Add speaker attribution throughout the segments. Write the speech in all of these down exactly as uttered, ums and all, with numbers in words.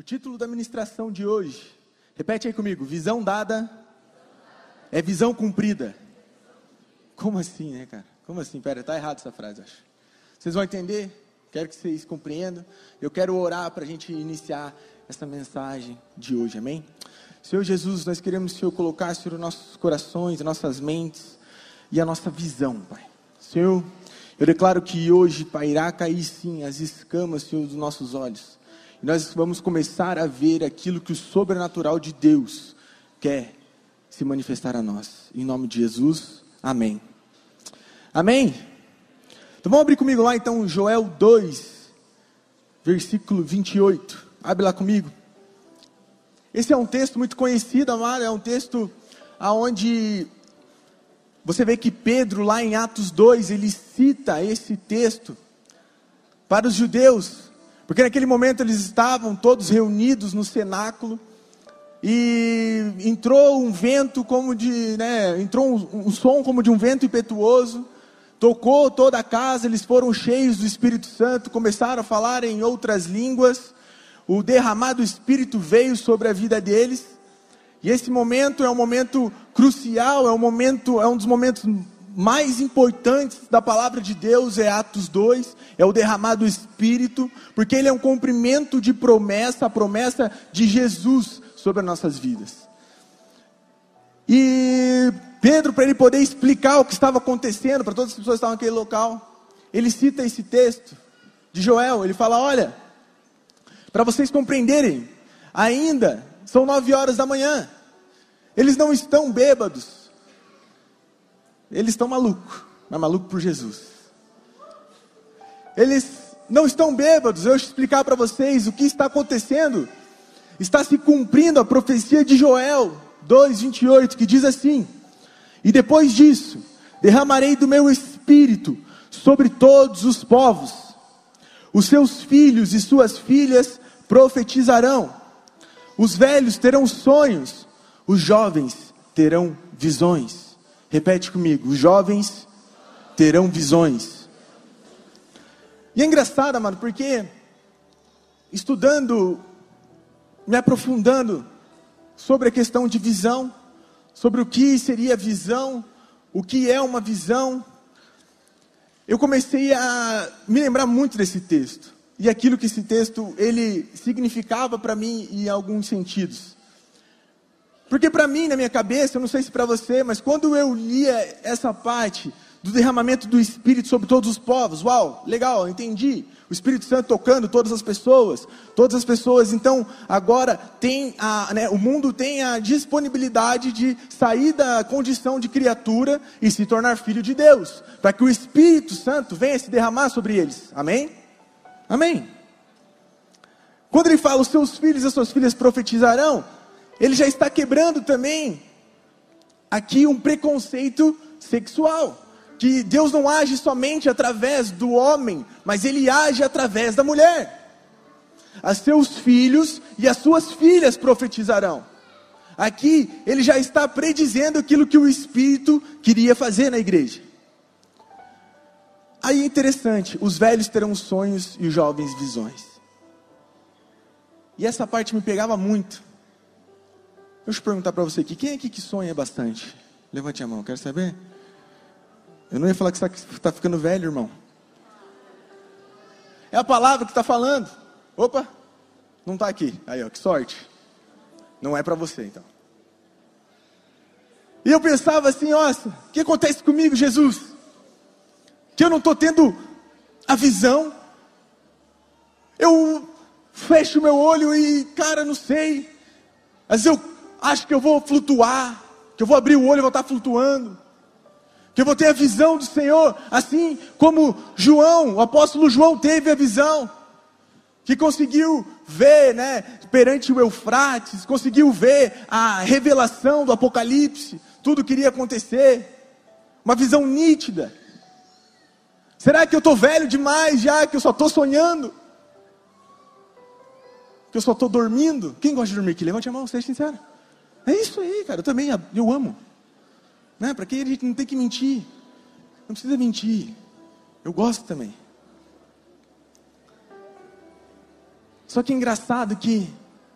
Speaker 1: título da ministração de hoje, repete aí comigo: visão dada é visão cumprida. Como assim, né, cara? Como assim? Pera, tá errado essa frase, acho. Vocês vão entender? Quero que vocês compreendam. Eu quero orar para a gente iniciar essa mensagem de hoje, amém? Senhor Jesus, nós queremos, Senhor, colocar, Senhor, os nossos corações, as nossas mentes e a nossa visão, Pai. Senhor, eu declaro que hoje, Pai, irá cair sim as escamas, Senhor, dos nossos olhos. E nós vamos começar a ver aquilo que o sobrenatural de Deus quer se manifestar a nós. Em nome de Jesus, amém. Amém? Então vamos abrir comigo lá então Joel dois, versículo vinte e oito. Abre lá comigo. Esse é um texto muito conhecido, amado. É um texto onde você vê que Pedro, lá em Atos dois, ele cita esse texto para os judeus. Porque naquele momento eles estavam todos reunidos no cenáculo. E entrou um vento como de, né, entrou um, um som como de um vento impetuoso. Tocou toda a casa, eles foram cheios do Espírito Santo, começaram a falar em outras línguas. O derramado Espírito veio sobre a vida deles. E esse momento é um momento crucial, é um momento, é um dos momentos mais importantes da palavra de Deus, é Atos dois, é o derramado Espírito, porque ele é um cumprimento de promessa, a promessa de Jesus sobre as nossas vidas. E Pedro, para ele poder explicar o que estava acontecendo, para todas as pessoas que estavam naquele local, ele cita esse texto de Joel. Ele fala: olha, para vocês compreenderem, ainda são nove horas da manhã, eles não estão bêbados, eles estão malucos, mas malucos por Jesus. Eles não estão bêbados. Eu vou explicar para vocês o que está acontecendo. Está se cumprindo a profecia de Joel dois, vinte e oito, que diz assim: e depois disso, derramarei do meu espírito sobre todos os povos. Os seus filhos e suas filhas profetizarão. Os velhos terão sonhos. Os jovens terão visões. Repete comigo: os jovens terão visões. E é engraçado, amado, porque estudando, me aprofundando sobre a questão de visão, sobre o que seria visão, o que é uma visão, eu comecei a me lembrar muito desse texto, e aquilo que esse texto, ele significava para mim em alguns sentidos. Porque para mim, na minha cabeça, eu não sei se para você, mas quando eu lia essa parte do derramamento do Espírito sobre todos os povos, uau, legal, eu entendi, o Espírito Santo tocando todas as pessoas, todas as pessoas, então agora tem a, né, o mundo tem a disponibilidade de sair da condição de criatura e se tornar filho de Deus, para que o Espírito Santo venha se derramar sobre eles, amém? Amém. Quando ele fala, os seus filhos e as suas filhas profetizarão, ele já está quebrando também aqui um preconceito sexual, que Deus não age somente através do homem, mas ele age através da mulher. As seus filhos e as suas filhas profetizarão. Aqui ele já está predizendo aquilo que o Espírito queria fazer na igreja. Aí é interessante, os velhos terão sonhos e os jovens visões. E essa parte me pegava muito. Deixa eu perguntar para você aqui, quem é aqui que sonha bastante? Levante a mão, quero saber? Eu não ia falar que você está ficando velho, irmão. É a palavra que está falando. Opa, não está aqui. Aí, ó, que sorte. Não é para você, então. E eu pensava assim, nossa, o que acontece comigo, Jesus? Que eu não estou tendo a visão. Eu fecho meu olho e, cara, não sei. Às vezes eu acho que eu vou flutuar, que eu vou abrir o olho e vou estar flutuando, que eu vou ter a visão do Senhor, assim como João, o apóstolo João teve a visão, que conseguiu ver, né, perante o Eufrates, conseguiu ver a revelação do Apocalipse, tudo que iria acontecer, uma visão nítida. Será que eu estou velho demais já, que eu só estou sonhando? Que eu só estou dormindo? Quem gosta de dormir aqui? Levante a mão, seja sincero. É isso aí, cara, eu também, eu amo. Né? Para que a gente não tem que mentir? Não precisa mentir. Eu gosto também. Só que é engraçado que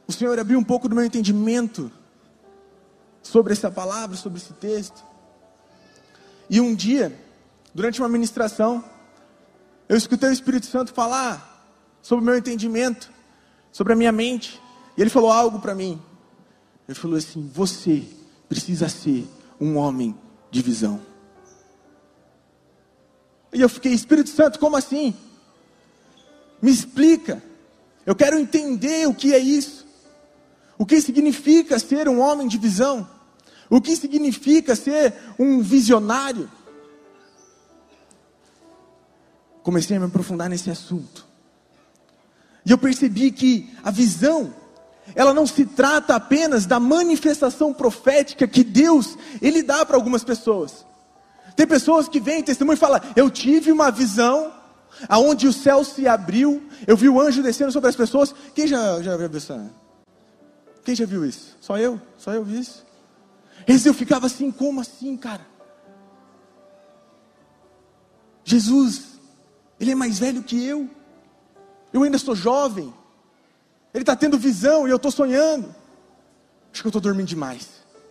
Speaker 1: o Senhor abriu um pouco do meu entendimento sobre essa palavra, sobre esse texto. E um dia, durante uma ministração, eu escutei o Espírito Santo falar sobre o meu entendimento, sobre a minha mente. E ele falou algo para mim. Ele falou assim: você precisa ser um homem de visão. E eu fiquei: Espírito Santo, como assim? Me explica. Eu quero entender o que é isso. O que significa ser um homem de visão? O que significa ser um visionário? Comecei a me aprofundar nesse assunto. E eu percebi que a visão, ela não se trata apenas da manifestação profética que Deus, Ele dá para algumas pessoas. Tem pessoas que vêm, testemunham e falam: eu tive uma visão, aonde o céu se abriu, eu vi o anjo descendo sobre as pessoas. Quem já, já viu isso? Quem já viu isso? Só eu? Só eu vi isso? Esse eu ficava assim: como assim, cara? Jesus, Ele é mais velho que eu. Eu ainda sou jovem. Ele está tendo visão e eu estou sonhando. Acho que eu estou dormindo demais.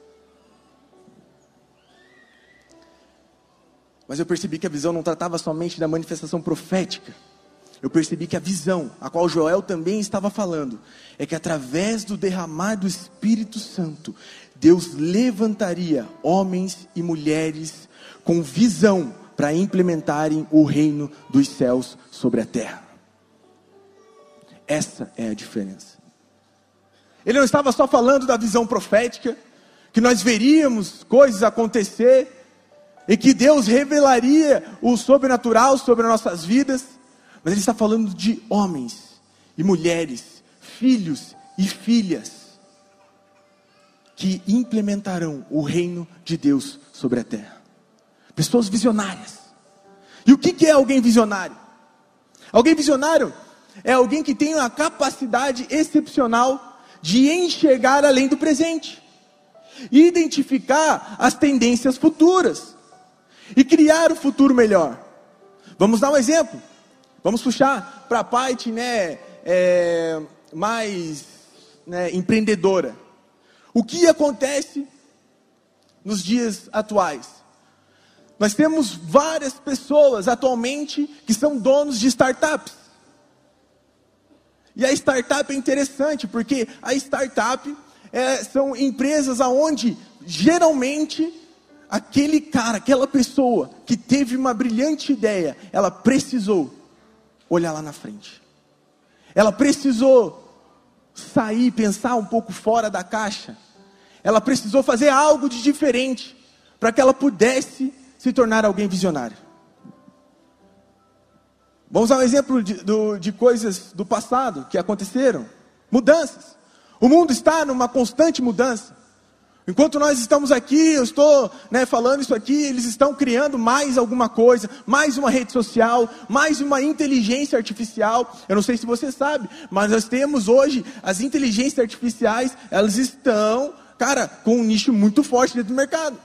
Speaker 1: Mas eu percebi que a visão não tratava somente da manifestação profética. Eu percebi que a visão, a qual Joel também estava falando, é que através do derramar do Espírito Santo, Deus levantaria homens e mulheres com visão para implementarem o reino dos céus sobre a terra. Essa é a diferença. Ele não estava só falando da visão profética, que nós veríamos coisas acontecer, e que Deus revelaria o sobrenatural sobre as nossas vidas, mas Ele está falando de homens e mulheres, filhos e filhas, que implementarão o reino de Deus sobre a terra. Pessoas visionárias. E o que é alguém visionário? Alguém visionário é alguém que tem uma capacidade excepcional de enxergar além do presente, identificar as tendências futuras e criar o futuro melhor. Vamos dar um exemplo. Vamos puxar para a parte, né, é, mais né, empreendedora. O que acontece nos dias atuais? Nós temos várias pessoas atualmente que são donos de startups. E a startup é interessante, porque a startup é, são empresas onde geralmente aquele cara, aquela pessoa que teve uma brilhante ideia, ela precisou olhar lá na frente. Ela precisou sair, pensar um pouco fora da caixa. Ela precisou fazer algo de diferente para que ela pudesse se tornar alguém visionário. Vamos dar um exemplo de, do, de coisas do passado que aconteceram. Mudanças. O mundo está numa constante mudança. Enquanto nós estamos aqui, eu estou né, falando isso aqui, eles estão criando mais alguma coisa, mais uma rede social, mais uma inteligência artificial. Eu não sei se você sabe, mas nós temos hoje as inteligências artificiais, elas estão, cara, com um nicho muito forte dentro do mercado.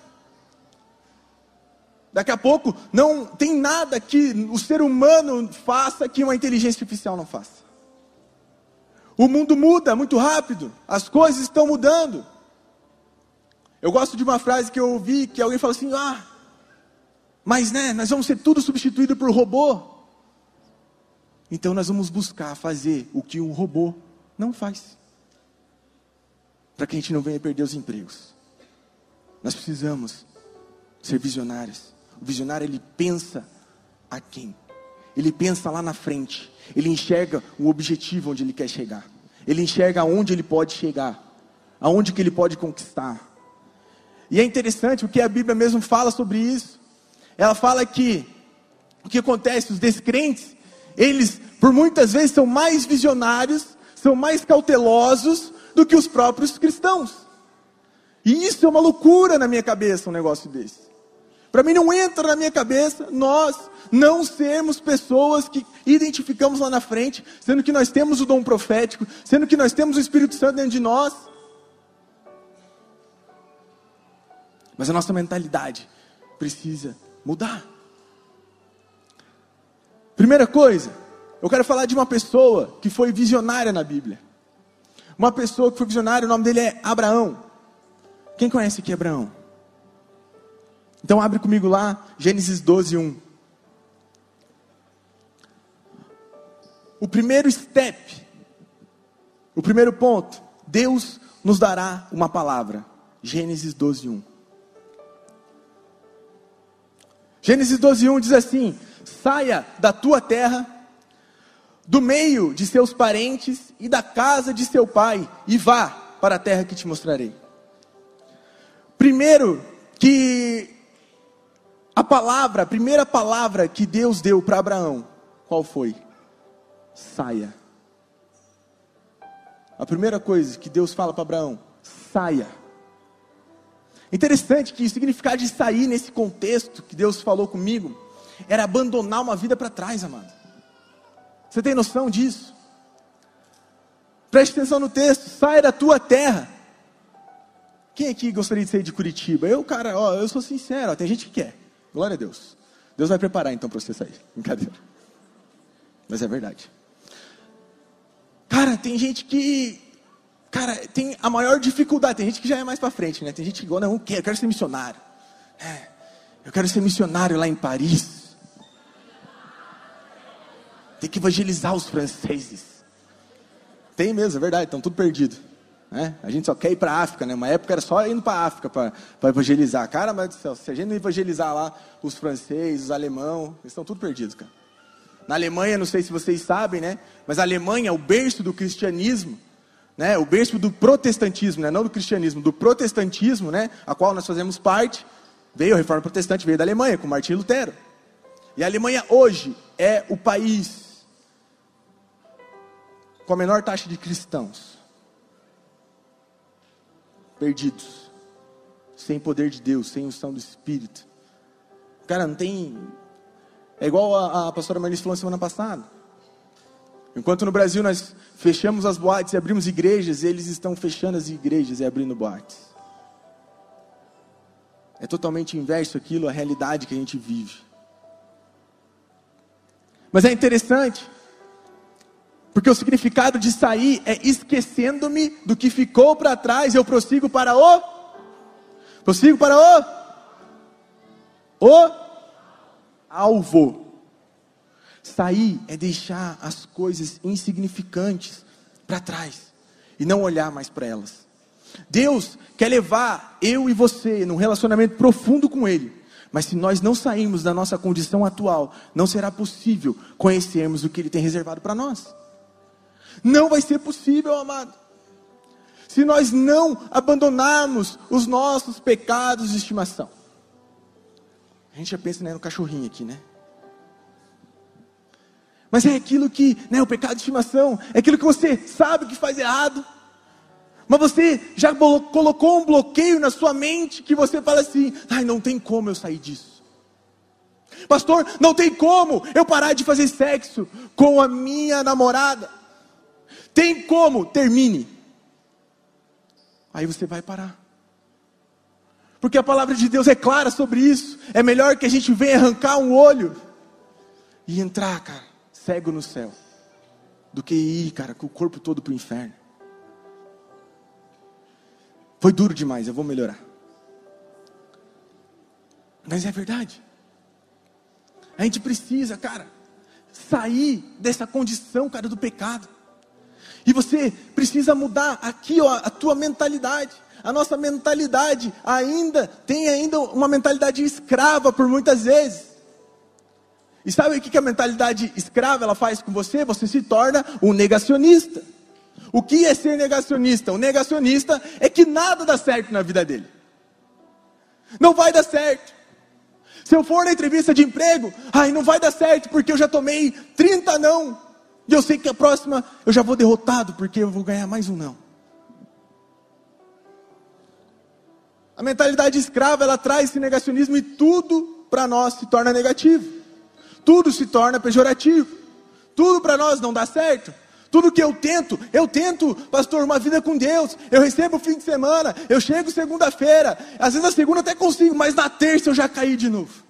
Speaker 1: Daqui a pouco, não tem nada que o ser humano faça que uma inteligência artificial não faça. O mundo muda muito rápido, as coisas estão mudando. Eu gosto de uma frase que eu ouvi, que alguém fala assim: ah, mas né, nós vamos ser tudo substituído por robô. Então nós vamos buscar fazer o que um robô não faz, para que a gente não venha perder os empregos. Nós precisamos ser visionários. O visionário, ele pensa a quem? Ele pensa lá na frente. Ele enxerga o objetivo onde ele quer chegar. Ele enxerga aonde ele pode chegar, aonde que ele pode conquistar. E é interessante o que a Bíblia mesmo fala sobre isso. Ela fala que o que acontece, os descrentes, eles por muitas vezes são mais visionários, são mais cautelosos do que os próprios cristãos. E isso é uma loucura na minha cabeça, um negócio desse. Para mim não entra na minha cabeça nós não sermos pessoas que identificamos lá na frente, sendo que nós temos o dom profético, sendo que nós temos o Espírito Santo dentro de nós. Mas a nossa mentalidade precisa mudar. Primeira coisa, eu quero falar de uma pessoa que foi visionária na Bíblia. uma pessoa que foi visionária, o nome dele é Abraão. Quem conhece aqui Abraão? Então abre comigo lá, Gênesis doze, um. O primeiro step, o primeiro ponto, Deus nos dará uma palavra. Gênesis doze, um. Gênesis doze, um diz assim: saia da tua terra, do meio de seus parentes e da casa de seu pai, e vá para a terra que te mostrarei. Primeiro que a palavra, a primeira palavra que Deus deu para Abraão, qual foi? Saia. A primeira coisa que Deus fala para Abraão, saia. Interessante que o significado de sair nesse contexto que Deus falou comigo, era abandonar uma vida para trás, amado. Você tem noção disso? Preste atenção no texto, saia da tua terra. Quem aqui gostaria de sair de Curitiba? Eu, cara, ó, eu sou sincero, ó, tem gente que quer. Glória a Deus. Deus vai preparar então para você sair. Brincadeira. Mas é verdade. Cara, tem gente que, cara, tem a maior dificuldade. Tem gente que já é mais para frente, né? Tem gente que igual, não, eu quero, eu quero ser missionário. É, eu quero ser missionário lá em Paris. Tem que evangelizar os franceses. Tem mesmo, é verdade, estão tudo perdido. Né? A gente só quer ir para a África, né? Uma época era só indo para a África para evangelizar. Cara, mas do céu, se a gente não evangelizar lá os franceses, os alemãos, eles estão tudo perdidos, cara. Na Alemanha, não sei se vocês sabem, né? Mas a Alemanha é o berço do cristianismo, né? O berço do protestantismo, né? Não do cristianismo, do protestantismo, né? A qual nós fazemos parte. Veio a Reforma Protestante, veio da Alemanha, com Martinho Lutero. E a Alemanha hoje é o país com a menor taxa de cristãos perdidos, sem poder de Deus, sem unção do Espírito. Cara, não tem... É igual a, a pastora Marlice falou semana passada. Enquanto no Brasil nós fechamos as boates e abrimos igrejas, eles estão fechando as igrejas e abrindo boates. É totalmente inverso aquilo, a realidade que a gente vive. Mas é interessante, porque o significado de sair é esquecendo-me do que ficou para trás, eu prossigo para o, prossigo para o, o alvo. Sair é deixar as coisas insignificantes para trás e não olhar mais para elas. Deus quer levar eu e você num relacionamento profundo com Ele. Mas se nós não sairmos da nossa condição atual, não será possível conhecermos o que Ele tem reservado para nós. Não vai ser possível, amado. Se nós não abandonarmos os nossos pecados de estimação. A gente já pensa, né, no cachorrinho aqui, né? Mas é aquilo que, né, o pecado de estimação, é aquilo que você sabe que faz errado. Mas você já colocou um bloqueio na sua mente que você fala assim: ai, não tem como eu sair disso. Pastor, não tem como eu parar de fazer sexo com a minha namorada. Tem como? Termine. Aí você vai parar. Porque a palavra de Deus é clara sobre isso. É melhor que a gente venha arrancar um olho e entrar, cara, cego no céu, do que ir, cara, com o corpo todo para o inferno. Foi duro demais, eu vou melhorar. Mas é verdade. A gente precisa, cara, sair dessa condição, cara, do pecado. E você precisa mudar aqui, ó, a tua mentalidade. A nossa mentalidade ainda tem ainda uma mentalidade escrava por muitas vezes. E sabe o que a mentalidade escrava ela faz com você? Você se torna um negacionista. O que é ser negacionista? O negacionista é que nada dá certo na vida dele. Não vai dar certo. Se eu for na entrevista de emprego, ai, não vai dar certo porque eu já tomei trinta não. E eu sei que a próxima eu já vou derrotado porque eu vou ganhar mais um não. A mentalidade escrava, ela traz esse negacionismo e tudo para nós se torna negativo. Tudo se torna pejorativo. Tudo para nós não dá certo. Tudo que eu tento, eu tento, pastor, uma vida com Deus. Eu recebo o fim de semana, eu chego segunda-feira. Às vezes a segunda até consigo, mas na terça eu já caí de novo.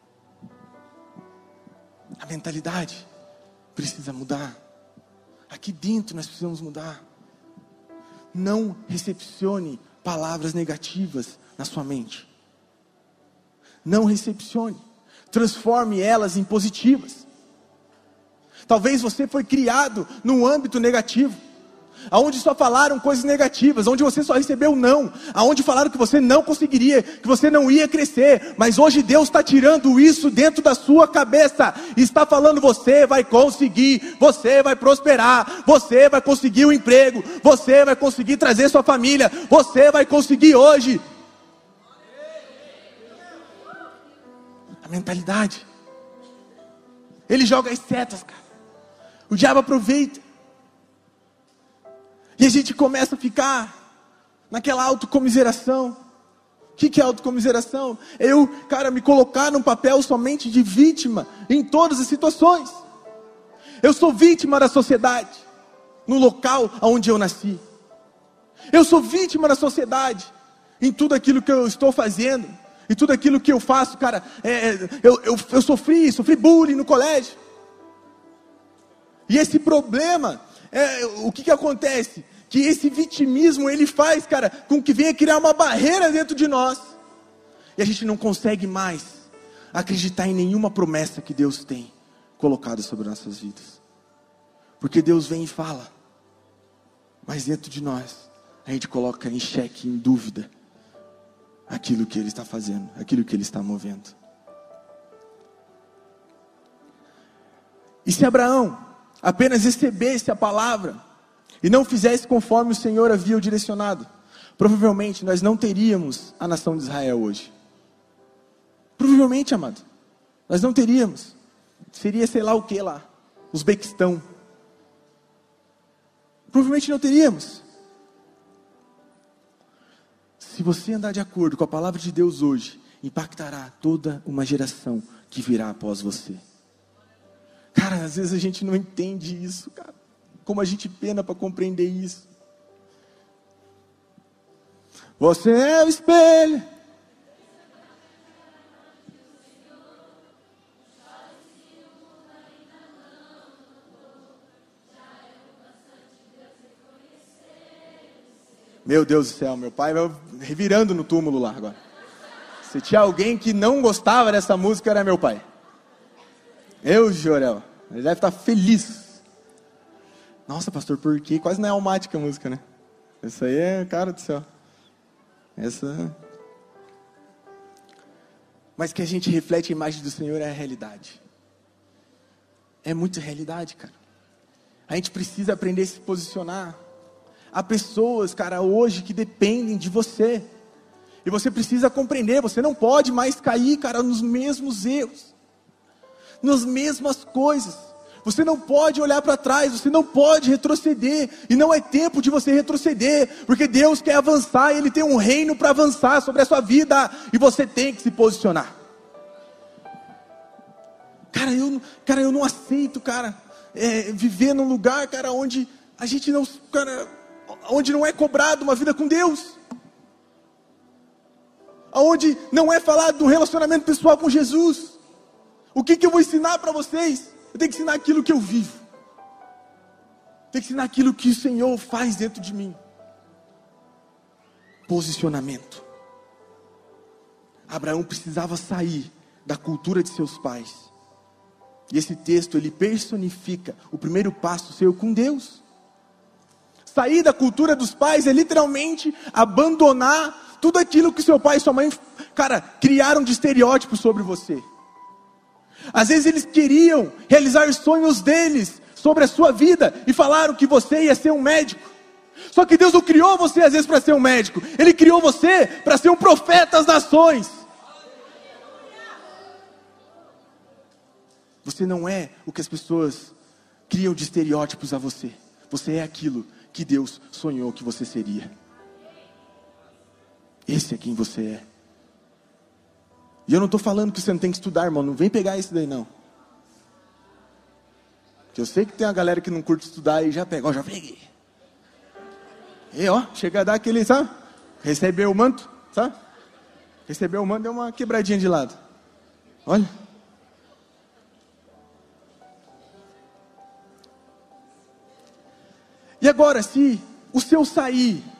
Speaker 1: A mentalidade precisa mudar. Aqui dentro nós precisamos mudar. não recepcione palavras negativas na sua mente. Não recepcione. Transforme elas em positivas. Talvez você foi criado num âmbito negativo, aonde só falaram coisas negativas, onde você só recebeu não, aonde falaram que você não conseguiria, que você não ia crescer, mas hoje Deus está tirando isso dentro da sua cabeça, e está falando: você vai conseguir, você vai prosperar, você vai conseguir o emprego, você vai conseguir trazer sua família, você vai conseguir hoje. A mentalidade, ele joga as setas, cara, o diabo aproveita, e a gente começa a ficar naquela autocomiseração. O que, que é autocomiseração? Eu, cara, me colocar num papel somente de vítima em todas as situações. Eu sou vítima da sociedade, no local onde eu nasci. Eu sou vítima da sociedade, em tudo aquilo que eu estou fazendo, em tudo aquilo que eu faço, cara. É, eu, eu, eu sofri, sofri bullying no colégio. E esse problema, é, o que que acontece? Que esse vitimismo, ele faz, cara, com que venha criar uma barreira dentro de nós. E a gente não consegue mais acreditar em nenhuma promessa que Deus tem colocado sobre nossas vidas. Porque Deus vem e fala, mas dentro de nós, a gente coloca em xeque, em dúvida, aquilo que Ele está fazendo, aquilo que Ele está movendo. E se Abraão apenas recebesse a palavra e não fizesse conforme o Senhor havia o direcionado, provavelmente nós não teríamos a nação de Israel hoje. Provavelmente, amado, nós não teríamos. Seria sei lá o que lá, Uzbequistão. Provavelmente não teríamos. Se você andar de acordo com a palavra de Deus hoje, impactará toda uma geração que virá após você. Cara, às vezes a gente não entende isso, cara. Como a gente pena para compreender isso. Você é o espelho. Meu Deus do céu, meu pai vai revirando no túmulo lá agora. Se tinha alguém que não gostava dessa música, era meu pai. Eu, Jorel, ele deve estar feliz. Nossa, pastor, por quê? Quase não é almática a música, né? Essa aí é, cara do céu. Essa... Mas que a gente reflete a imagem do Senhor é a realidade. É muita realidade, cara. A gente precisa aprender a se posicionar. Há pessoas, cara, hoje que dependem de você. E você precisa compreender, você não pode mais cair, cara, nos mesmos erros. Nas mesmas coisas. Você não pode olhar para trás, você não pode retroceder, e não é tempo de você retroceder, porque Deus quer avançar, e Ele tem um reino para avançar sobre a sua vida, e você tem que se posicionar. Cara, eu, cara, eu não aceito, cara, é, viver num lugar, cara, onde a gente não, cara, onde não é cobrado uma vida com Deus, onde não é falado de um relacionamento pessoal com Jesus. O que que eu vou ensinar para vocês? Eu tenho que ensinar aquilo que eu vivo. Tenho que ensinar aquilo que o Senhor faz dentro de mim. Posicionamento. Abraão precisava sair da cultura de seus pais. E esse texto, ele personifica o primeiro passo seu com Deus. Sair da cultura dos pais é literalmente abandonar tudo aquilo que seu pai e sua mãe, cara, criaram de estereótipos sobre você. Às vezes eles queriam realizar sonhos deles sobre a sua vida e falaram que você ia ser um médico. Só que Deus não criou você às vezes para ser um médico. Ele criou você para ser um profeta das nações. Você não é o que as pessoas criam de estereótipos a você. Você é aquilo que Deus sonhou que você seria. Esse é quem você é. E eu não estou falando que você não tem que estudar, irmão. Não vem pegar isso daí, não. Porque eu sei que tem uma galera que não curte estudar e já pega. Ó, já peguei. E ó, chega a dar aquele, sabe? Recebeu o manto, sabe? Recebeu o manto, deu uma quebradinha de lado. Olha. E agora, se o seu sair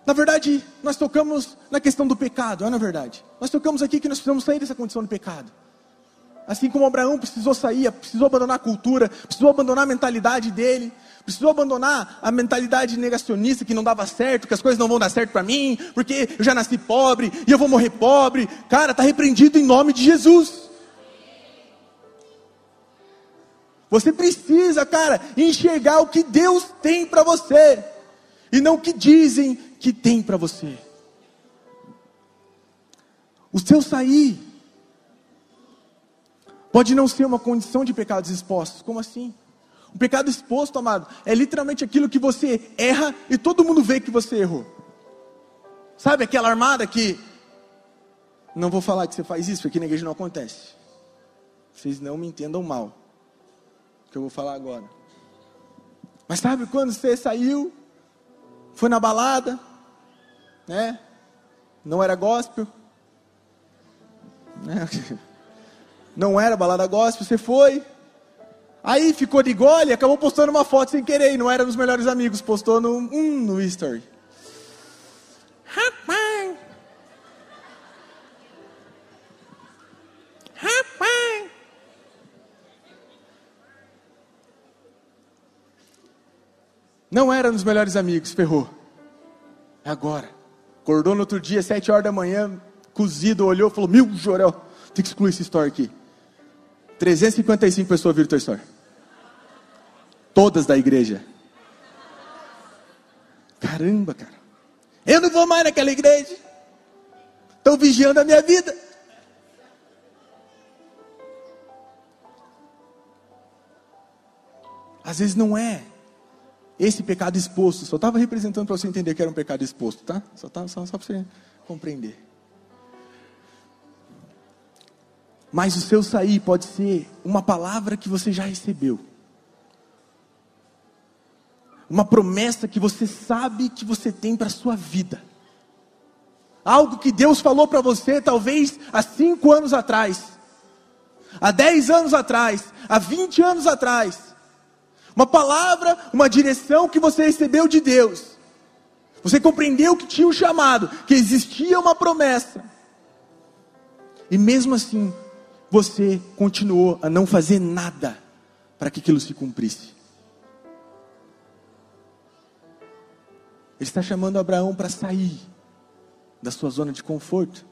Speaker 1: Na verdade, nós tocamos na questão do pecado, não é na verdade? Nós tocamos aqui que nós precisamos sair dessa condição de pecado. Assim como Abraão precisou sair, precisou abandonar a cultura, precisou abandonar a mentalidade dele, precisou abandonar a mentalidade negacionista que não dava certo, que as coisas não vão dar certo para mim, porque eu já nasci pobre e eu vou morrer pobre. Cara, está repreendido em nome de Jesus. Você precisa, cara, enxergar o que Deus tem para você e não o que dizem que tem para você. O seu sair pode não ser uma condição de pecados expostos. Como assim? O pecado exposto, amado, é literalmente aquilo que você erra e todo mundo vê que você errou. Sabe aquela armada que... Não vou falar que você faz isso, porque aqui na igreja não acontece. Vocês não me entendam mal, que eu vou falar agora. Mas sabe quando você saiu, foi na balada, né? Não era gospel, né? Não era balada gospel, você foi, aí ficou de gole, acabou postando uma foto sem querer, e não era dos melhores amigos, postou no, hum, no history. Rapaz, rapaz, não era dos melhores amigos, ferrou. Agora, acordou no outro dia, sete horas da manhã, cozido, olhou, falou, meu Jorel, tem que excluir essa história aqui. trezentas e cinquenta e cinco pessoas viram tua história. Todas da igreja. Caramba, cara. Eu não vou mais naquela igreja. Estão vigiando a minha vida. Às vezes não é esse pecado exposto. Só estava representando para você entender que era um pecado exposto, tá? Só, tá, só, só para você compreender. Mas o seu sair pode ser uma palavra que você já recebeu. Uma promessa que você sabe que você tem para a sua vida. Algo que Deus falou para você talvez há cinco anos atrás. Há dez anos atrás. Há vinte anos atrás. Uma palavra, uma direção que você recebeu de Deus. Você compreendeu que tinha um chamado, que existia uma promessa. E mesmo assim, você continuou a não fazer nada para que aquilo se cumprisse. Ele está chamando Abraão para sair da sua zona de conforto.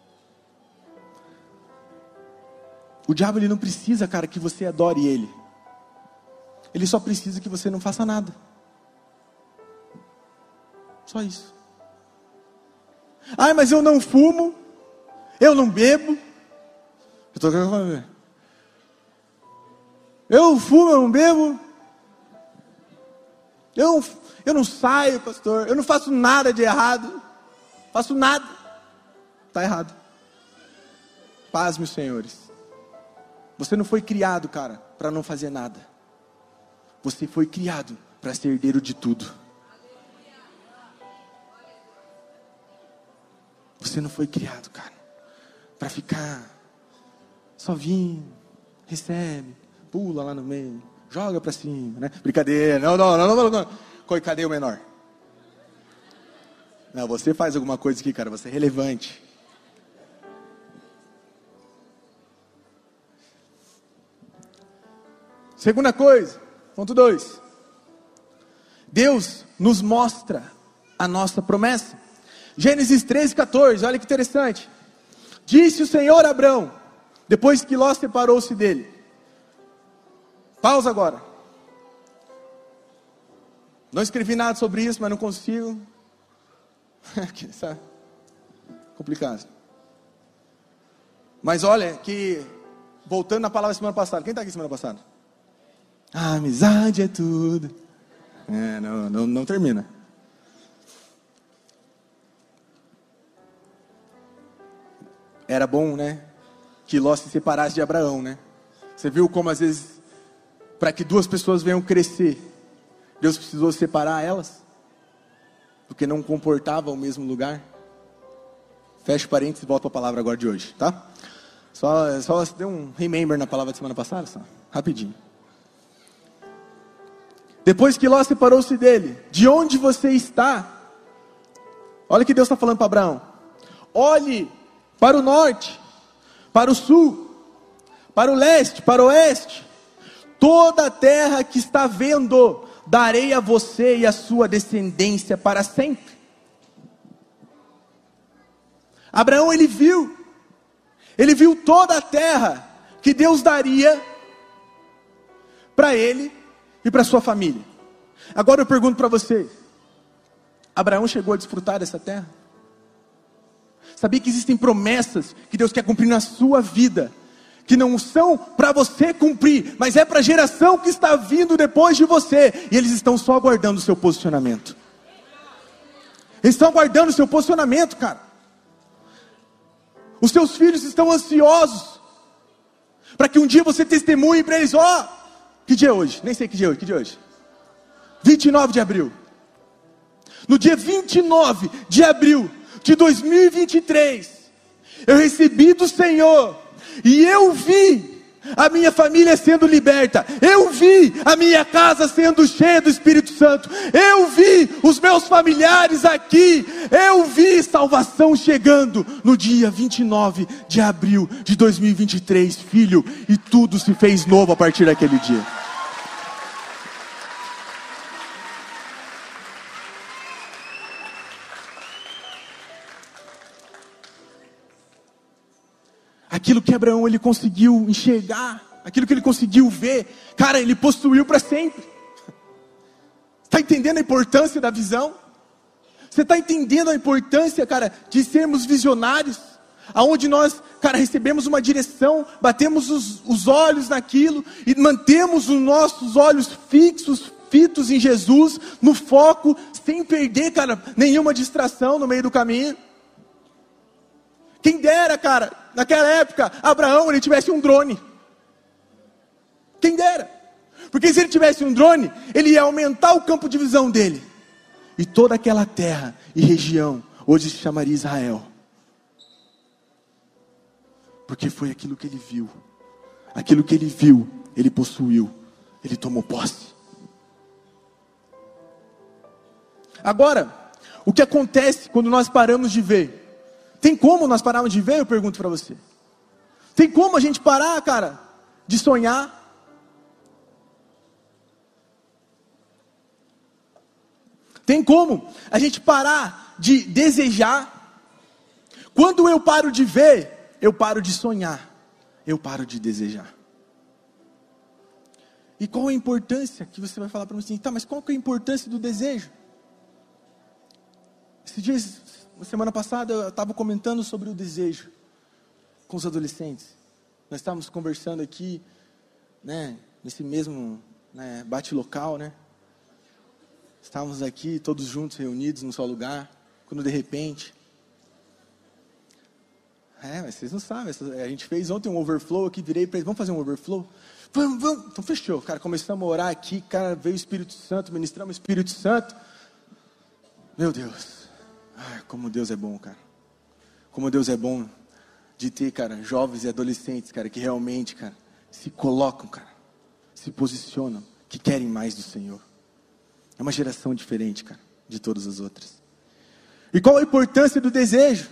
Speaker 1: O diabo ele não precisa, cara, que você adore ele. Ele só precisa que você não faça nada. Só isso. Ai, mas eu não fumo, eu não bebo. Eu tô querendo Eu fumo, eu não bebo. Eu, eu não saio, pastor. Eu não faço nada de errado. Faço nada. Está errado. Paz, meus senhores. Você não foi criado, cara, para não fazer nada. Você foi criado para ser herdeiro de tudo. Você não foi criado, cara, para ficar só vindo, recebe, pula lá no meio, joga para cima, né? Brincadeira, não, não, não, não, não, não. Cadê o menor? Não, você faz alguma coisa aqui, cara, você é relevante. Segunda coisa, ponto dois. Deus nos mostra a nossa promessa. Gênesis treze, quatorze, olha que interessante. Disse o Senhor a Abrão, depois que Ló separou-se dele. Pausa agora. Não escrevi nada sobre isso, mas não consigo. Complicado. Mas olha que, voltando na palavra da semana passada. Quem está aqui semana passada? A amizade é tudo. É, não, não, não termina. Era bom, né? Que Ló se separasse de Abraão, né? Você viu como às vezes, para que duas pessoas venham crescer, Deus precisou separar elas? Porque não comportavam o mesmo lugar? Fecha parênteses e volta para a palavra agora de hoje, tá? Só, só deu um remember na palavra da semana passada, só, rapidinho. Depois que Ló separou-se dele, de onde você está, Olha o que Deus está falando para Abraão. Olhe para o norte, para o sul, para o leste, para o oeste. Toda a terra que está vendo, darei a você e a sua descendência para sempre. Abraão, ele viu, ele viu toda a terra que Deus daria para ele e para sua família. Agora eu pergunto para você, Abraão chegou a desfrutar dessa terra? Sabia que existem promessas que Deus quer cumprir na sua vida, que não são para você cumprir, mas é para a geração que está vindo depois de você, e eles estão só aguardando o seu posicionamento. Eles estão aguardando o seu posicionamento, cara. Os seus filhos estão ansiosos para que um dia você testemunhe para eles. Ó, oh, que dia é hoje? Nem sei que dia é hoje, que dia é hoje? vinte e nove de abril. No dia vinte e nove de abril de dois mil e vinte e três, eu recebi do Senhor, e eu vi a minha família sendo liberta, eu vi a minha casa sendo cheia do Espírito Santo, eu vi os meus familiares aqui, eu vi salvação chegando no dia vinte e nove de abril de dois mil e vinte e três, filho, e tudo se fez novo a partir daquele dia. Aquilo que Abraão ele conseguiu enxergar, aquilo que ele conseguiu ver, cara, ele possuiu para sempre. Está entendendo a importância da visão? Você está entendendo a importância, cara, de sermos visionários? Aonde nós, cara, recebemos uma direção, batemos os, os olhos naquilo e mantemos os nossos olhos fixos, fitos em Jesus, no foco, sem perder, cara, nenhuma distração no meio do caminho. Quem dera, cara, naquela época, Abraão, ele tivesse um drone. Quem dera. Porque se ele tivesse um drone, ele ia aumentar o campo de visão dele. E toda aquela terra e região, hoje se chamaria Israel. Porque foi aquilo que ele viu. Aquilo que ele viu, ele possuiu. Ele tomou posse. Agora, o que acontece quando nós paramos de ver? Tem como nós pararmos de ver? Eu pergunto para você. Tem como a gente parar, cara, de sonhar? Tem como a gente parar de desejar? Quando eu paro de ver, eu paro de sonhar. Eu paro de desejar. E qual a importância que você vai falar para mim assim? Tá, mas qual que é a importância do desejo? Esses dias, semana passada, eu estava comentando sobre o desejo com os adolescentes. Nós estávamos conversando aqui, né, nesse mesmo, né, bate-local, né? Estávamos aqui todos juntos, reunidos num só lugar, quando de repente... É, mas vocês não sabem, a gente fez ontem um overflow aqui, virei para eles, vamos fazer um overflow? Vamos, vamos, então fechou, cara, começamos a orar aqui, cara, veio o Espírito Santo, ministramos o Espírito Santo. Meu Deus, ai, como Deus é bom, cara. Como Deus é bom de ter, cara, jovens e adolescentes, cara, que realmente, cara, se colocam, cara, se posicionam, que querem mais do Senhor. É uma geração diferente, cara, de todas as outras. E qual a importância do desejo?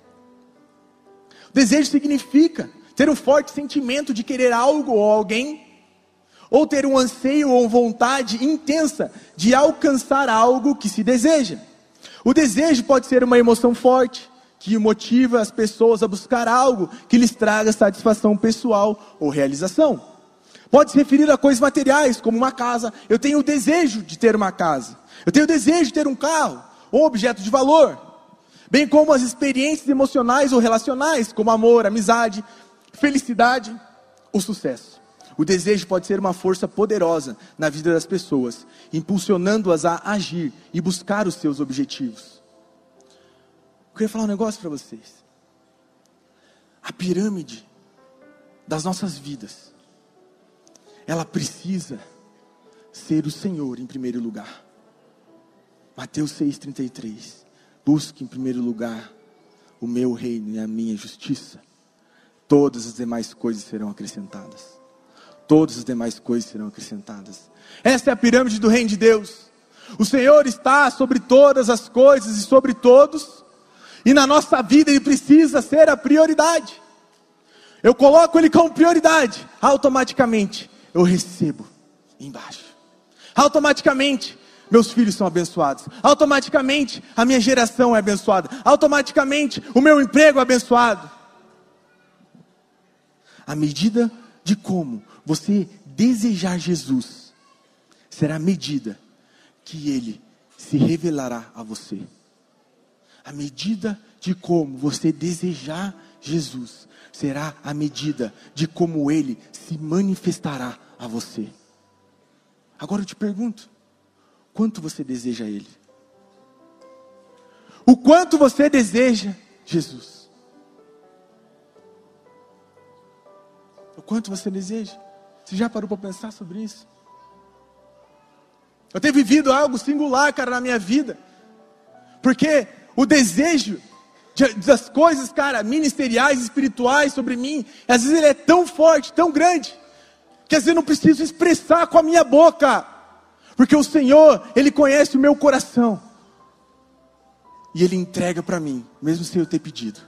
Speaker 1: O desejo significa ter um forte sentimento de querer algo ou alguém, ou ter um anseio ou vontade intensa de alcançar algo que se deseja. O desejo pode ser uma emoção forte, que motiva as pessoas a buscar algo que lhes traga satisfação pessoal ou realização. Pode se referir a coisas materiais, como uma casa. Eu tenho o desejo de ter uma casa. Eu tenho o desejo de ter um carro, ou um objeto de valor. Bem como as experiências emocionais ou relacionais, como amor, amizade, felicidade ou sucesso. O desejo pode ser uma força poderosa na vida das pessoas, impulsionando-as a agir e buscar os seus objetivos. Eu queria falar um negócio para vocês. A pirâmide das nossas vidas, ela precisa ser o Senhor em primeiro lugar. Mateus seis, trinta e três. Busque em primeiro lugar o meu reino e a minha justiça. Todas as demais coisas serão acrescentadas. Todas as demais coisas serão acrescentadas. Essa é a pirâmide do reino de Deus. O Senhor está sobre todas as coisas e sobre todos, e na nossa vida Ele precisa ser a prioridade. Eu coloco Ele como prioridade, automaticamente eu recebo embaixo. Automaticamente meus filhos são abençoados. Automaticamente a minha geração é abençoada. Automaticamente o meu emprego é abençoado. À medida de como você desejar Jesus, será a medida que Ele se revelará a você. À medida de como você desejar Jesus, será a medida de como Ele se manifestará a você. Agora eu te pergunto, quanto você deseja Ele? O quanto você deseja Jesus? O quanto você deseja? Você já parou para pensar sobre isso? Eu tenho vivido algo singular, cara, na minha vida. Porque o desejo de, das coisas, cara, ministeriais, espirituais sobre mim, às vezes ele é tão forte, tão grande, que às vezes eu não preciso expressar com a minha boca. Porque o Senhor, Ele conhece o meu coração. E Ele entrega para mim, mesmo sem eu ter pedido.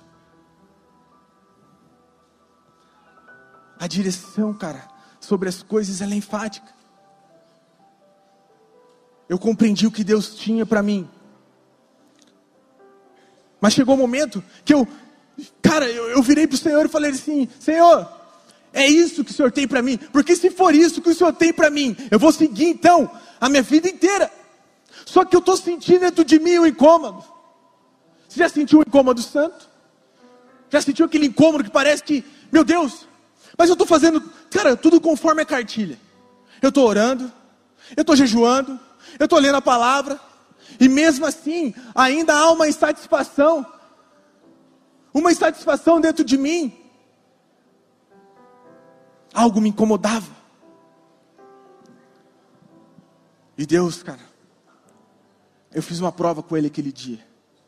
Speaker 1: A direção, cara, sobre as coisas, ela é enfática. Eu compreendi o que Deus tinha para mim. Mas chegou um momento que eu, cara, eu, eu virei para o Senhor e falei assim: Senhor, é isso que o Senhor tem para mim? Porque se for isso que o Senhor tem para mim, eu vou seguir então a minha vida inteira. Só que eu estou sentindo dentro de mim um incômodo. Você já sentiu um incômodo santo? Já sentiu aquele incômodo que parece que, meu Deus, mas eu estou fazendo, cara, tudo conforme a cartilha. Eu estou orando, eu estou jejuando, eu estou lendo a palavra, e mesmo assim, ainda há uma insatisfação, uma insatisfação dentro de mim. Algo me incomodava. E Deus, cara, eu fiz uma prova com Ele aquele dia.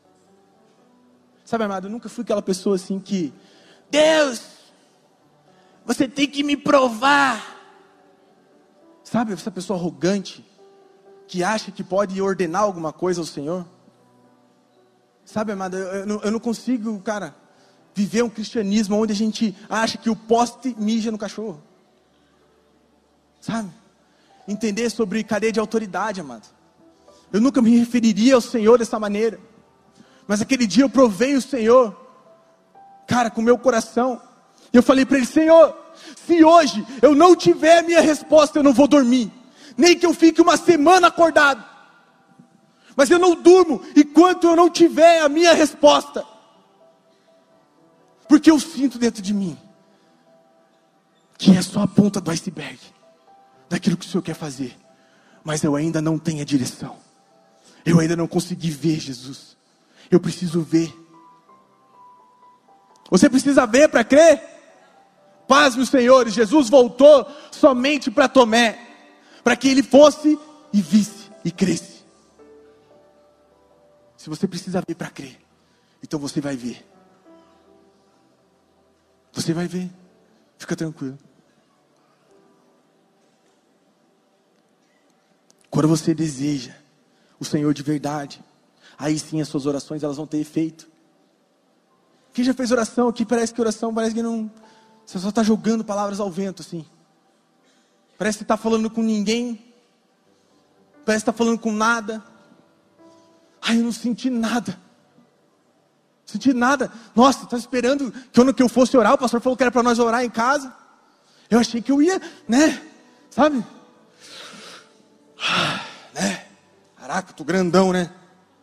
Speaker 1: Sabe, amado, eu nunca fui aquela pessoa assim que, Deus, você tem que me provar. Sabe, essa pessoa arrogante, que acha que pode ordenar alguma coisa ao Senhor. Sabe, amado, eu, eu, não, eu não consigo, cara, viver um cristianismo onde a gente acha que o poste mija no cachorro. Sabe? Entender sobre cadeia de autoridade, amado. Eu nunca me referiria ao Senhor dessa maneira. Mas aquele dia eu provei o Senhor, cara, com o meu coração. E eu falei para Ele: Senhor, se hoje eu não tiver a minha resposta, eu não vou dormir. Nem que eu fique uma semana acordado. Mas eu não durmo enquanto eu não tiver a minha resposta. Porque eu sinto dentro de mim que é só a ponta do iceberg daquilo que o Senhor quer fazer. Mas eu ainda não tenho a direção. Eu ainda não consegui ver Jesus. Eu preciso ver. Você precisa ver para crer? Paz, meus senhores, Jesus voltou somente para Tomé, para que ele fosse e visse e cresce. Se você precisa ver para crer, então você vai ver. Você vai ver. Fica tranquilo. Quando você deseja o Senhor de verdade, aí sim as suas orações elas vão ter efeito. Quem já fez oração aqui, parece que oração, parece que não, você só está jogando palavras ao vento assim. Parece que está falando com ninguém. Parece que está falando com nada. Ai, eu não senti nada. Não senti nada. Nossa, estava esperando que eu, que eu fosse orar. O pastor falou que era para nós orar em casa. Eu achei que eu ia, né? Sabe? Ah, né? Caraca, eu tô grandão, né?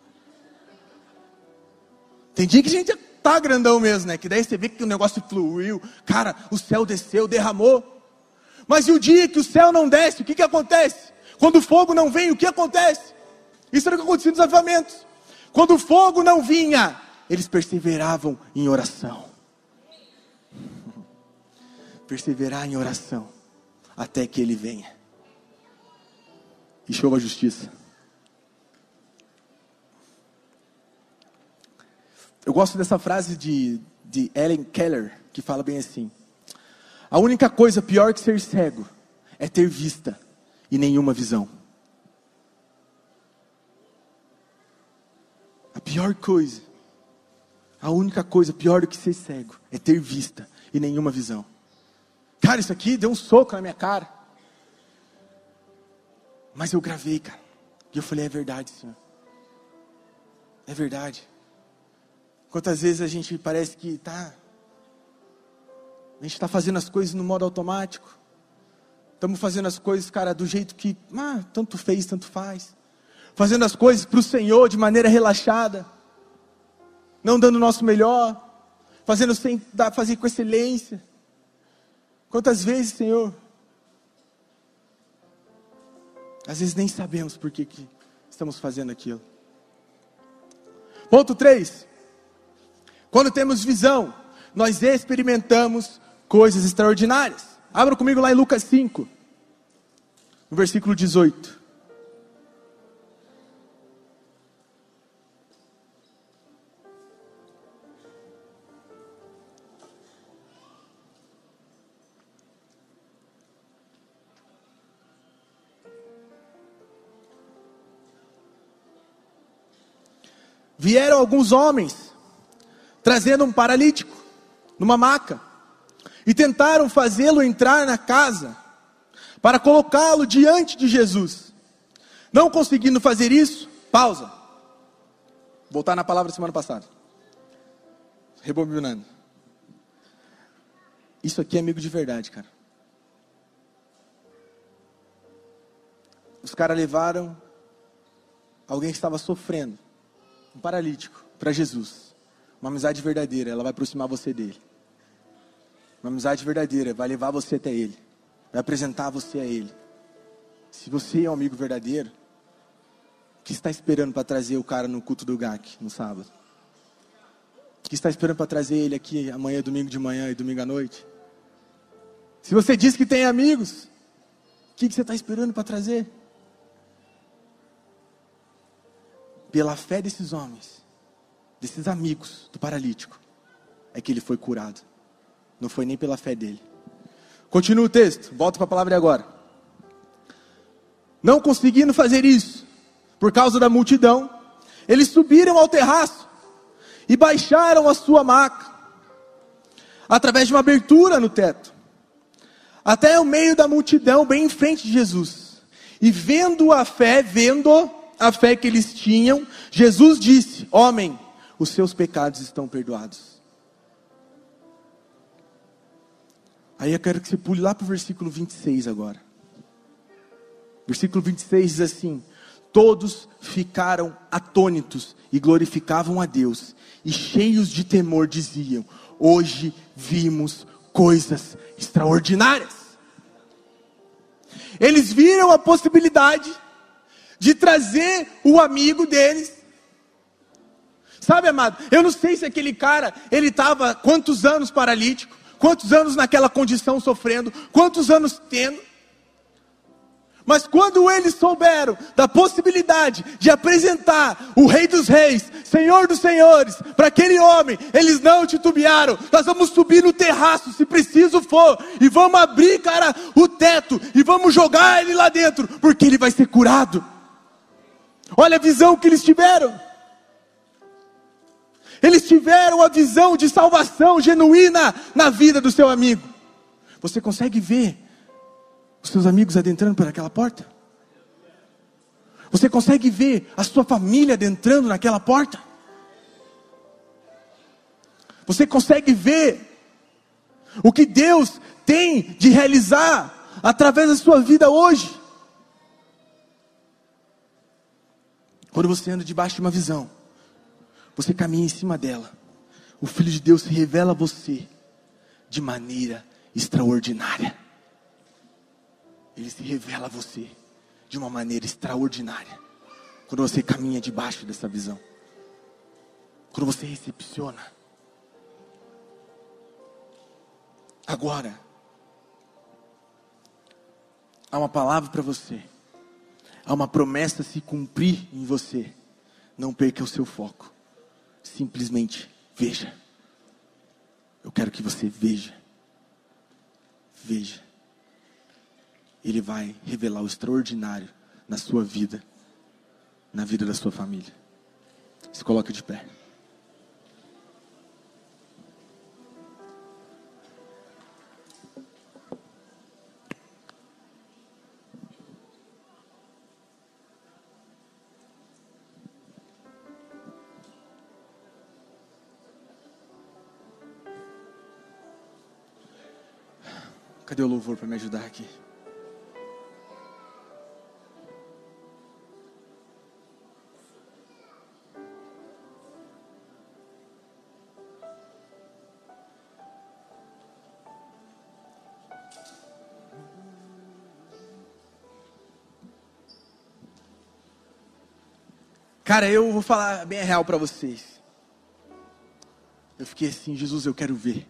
Speaker 1: Tem dia que a gente tá grandão mesmo, né? Que daí você vê que o negócio fluiu. Cara, o céu desceu, derramou. Mas e o dia que o céu não desce, o que que acontece? Quando o fogo não vem, o que acontece? Isso era o que acontecia nos avivamentos. Quando o fogo não vinha, eles perseveravam em oração. Perseverar em oração até que ele venha. E chova a justiça. Eu gosto dessa frase de, de Helen Keller, que fala bem assim: a única coisa pior que ser cego é ter vista e nenhuma visão. pior coisa, a única coisa pior do que ser cego é ter vista e nenhuma visão. Cara, isso aqui deu um soco na minha cara. Mas eu gravei, cara. E eu falei, é verdade, Senhor. É verdade. Quantas vezes a gente parece que tá... A gente está fazendo as coisas no modo automático. Estamos fazendo as coisas, cara, do jeito que... Ah, tanto fez, tanto faz. Fazendo as coisas para o Senhor de maneira relaxada. Não dando o nosso melhor. Fazendo sem dar, fazer com excelência. Quantas vezes, Senhor... Às vezes nem sabemos por que, que estamos fazendo aquilo. Ponto três. Quando temos visão, nós experimentamos coisas extraordinárias. Abra comigo lá em Lucas cinco, no versículo dezoito. Vieram alguns homens, trazendo um paralítico, numa maca, e tentaram fazê-lo entrar na casa, para colocá-lo diante de Jesus. Não conseguindo fazer isso, pausa. Voltar na palavra da semana passada. Rebobinando. Isso aqui é amigo de verdade, cara. Os caras levaram alguém que estava sofrendo, um paralítico, para Jesus. Uma amizade verdadeira, ela vai aproximar você dele. Uma amizade verdadeira vai levar você até ele, vai apresentar você a ele. Se você é um amigo verdadeiro, o que está esperando para trazer o cara no culto do G A C no sábado? O que está esperando para trazer ele aqui amanhã, domingo de manhã e domingo à noite? Se você diz que tem amigos, o que você está esperando para trazer? Pela fé desses homens, desses amigos do paralítico, é que ele foi curado. Não foi nem pela fé dele. Continua o texto, volta para a palavra de agora. Não conseguindo fazer isso, por causa da multidão, eles subiram ao terraço e baixaram a sua maca, através de uma abertura no teto, até o meio da multidão, bem em frente de Jesus. E vendo a fé, vendo a fé que eles tinham, Jesus disse: homem, os seus pecados estão perdoados. Aí eu quero que você pule lá para o versículo vinte e seis agora. Versículo vinte e seis diz assim: todos ficaram atônitos e glorificavam a Deus, e cheios de temor diziam: hoje vimos coisas extraordinárias. Eles viram a possibilidade de trazer o amigo deles. Sabe, amado, eu não sei se aquele cara, ele estava quantos anos paralítico, quantos anos naquela condição sofrendo, quantos anos tendo. Mas quando eles souberam da possibilidade de apresentar o Rei dos Reis, Senhor dos Senhores, para aquele homem, eles não titubearam. Nós vamos subir no terraço, se preciso for, e vamos abrir, cara, o teto, e vamos jogar ele lá dentro, porque ele vai ser curado. Olha a visão que eles tiveram. Eles tiveram a visão de salvação genuína na vida do seu amigo. Você consegue ver os seus amigos adentrando por aquela porta? Você consegue ver a sua família adentrando naquela porta? Você consegue ver o que Deus tem de realizar através da sua vida hoje? Quando você anda debaixo de uma visão, você caminha em cima dela, o Filho de Deus se revela a você de maneira extraordinária. Ele se revela a você de uma maneira extraordinária, quando você caminha debaixo dessa visão, quando você recepciona. Agora, há uma palavra para você, há uma promessa a se cumprir em você. Não perca o seu foco. Simplesmente veja. Eu quero que você veja. Veja. Ele vai revelar o extraordinário na sua vida, na vida da sua família. Se coloca de pé. Cadê o louvor para me ajudar aqui? Cara, eu vou falar bem real para vocês. Eu fiquei assim, Jesus, eu quero ver.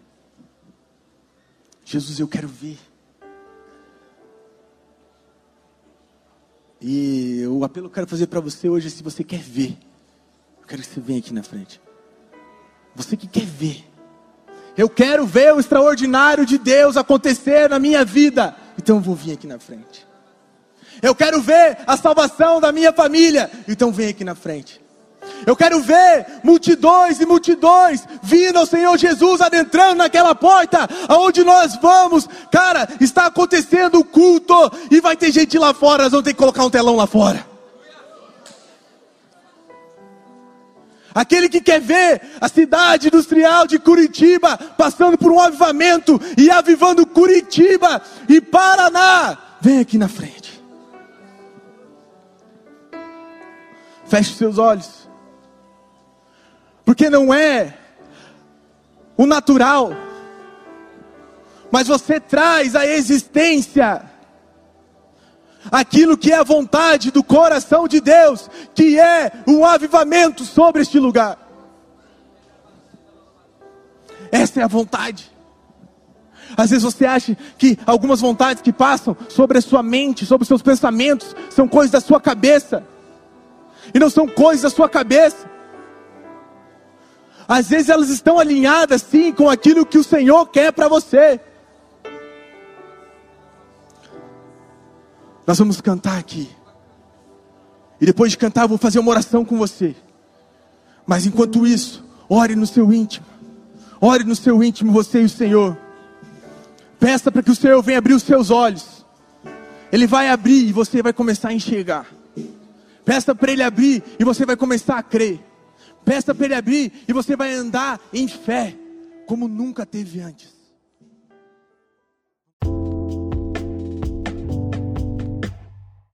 Speaker 1: Jesus, eu quero ver. E o apelo que eu quero fazer para você hoje é: se você quer ver, eu quero que você venha aqui na frente. Você que quer ver. Eu quero ver o extraordinário de Deus acontecer na minha vida. Então eu vou vir aqui na frente. Eu quero ver a salvação da minha família. Então vem aqui na frente. Eu quero ver multidões e multidões vindo ao Senhor Jesus, adentrando naquela porta aonde nós vamos. Cara, está acontecendo o culto e vai ter gente lá fora. Nós vamos ter que colocar um telão lá fora. Aquele que quer ver a cidade industrial de Curitiba passando por um avivamento e avivando Curitiba e Paraná, vem aqui na frente. Feche os seus olhos. Porque não é o natural, mas você traz à existência aquilo que é a vontade do coração de Deus, que é um avivamento sobre este lugar. Essa é a vontade. Às vezes você acha que algumas vontades que passam sobre a sua mente, sobre os seus pensamentos, são coisas da sua cabeça, e não são coisas da sua cabeça. Às vezes elas estão alinhadas sim com aquilo que o Senhor quer para você. Nós vamos cantar aqui. E depois de cantar eu vou fazer uma oração com você. Mas enquanto isso, ore no seu íntimo. Ore no seu íntimo, você e o Senhor. Peça para que o Senhor venha abrir os seus olhos. Ele vai abrir e você vai começar a enxergar. Peça para Ele abrir e você vai começar a crer. Peça para Ele abrir e você vai andar em fé como nunca teve antes.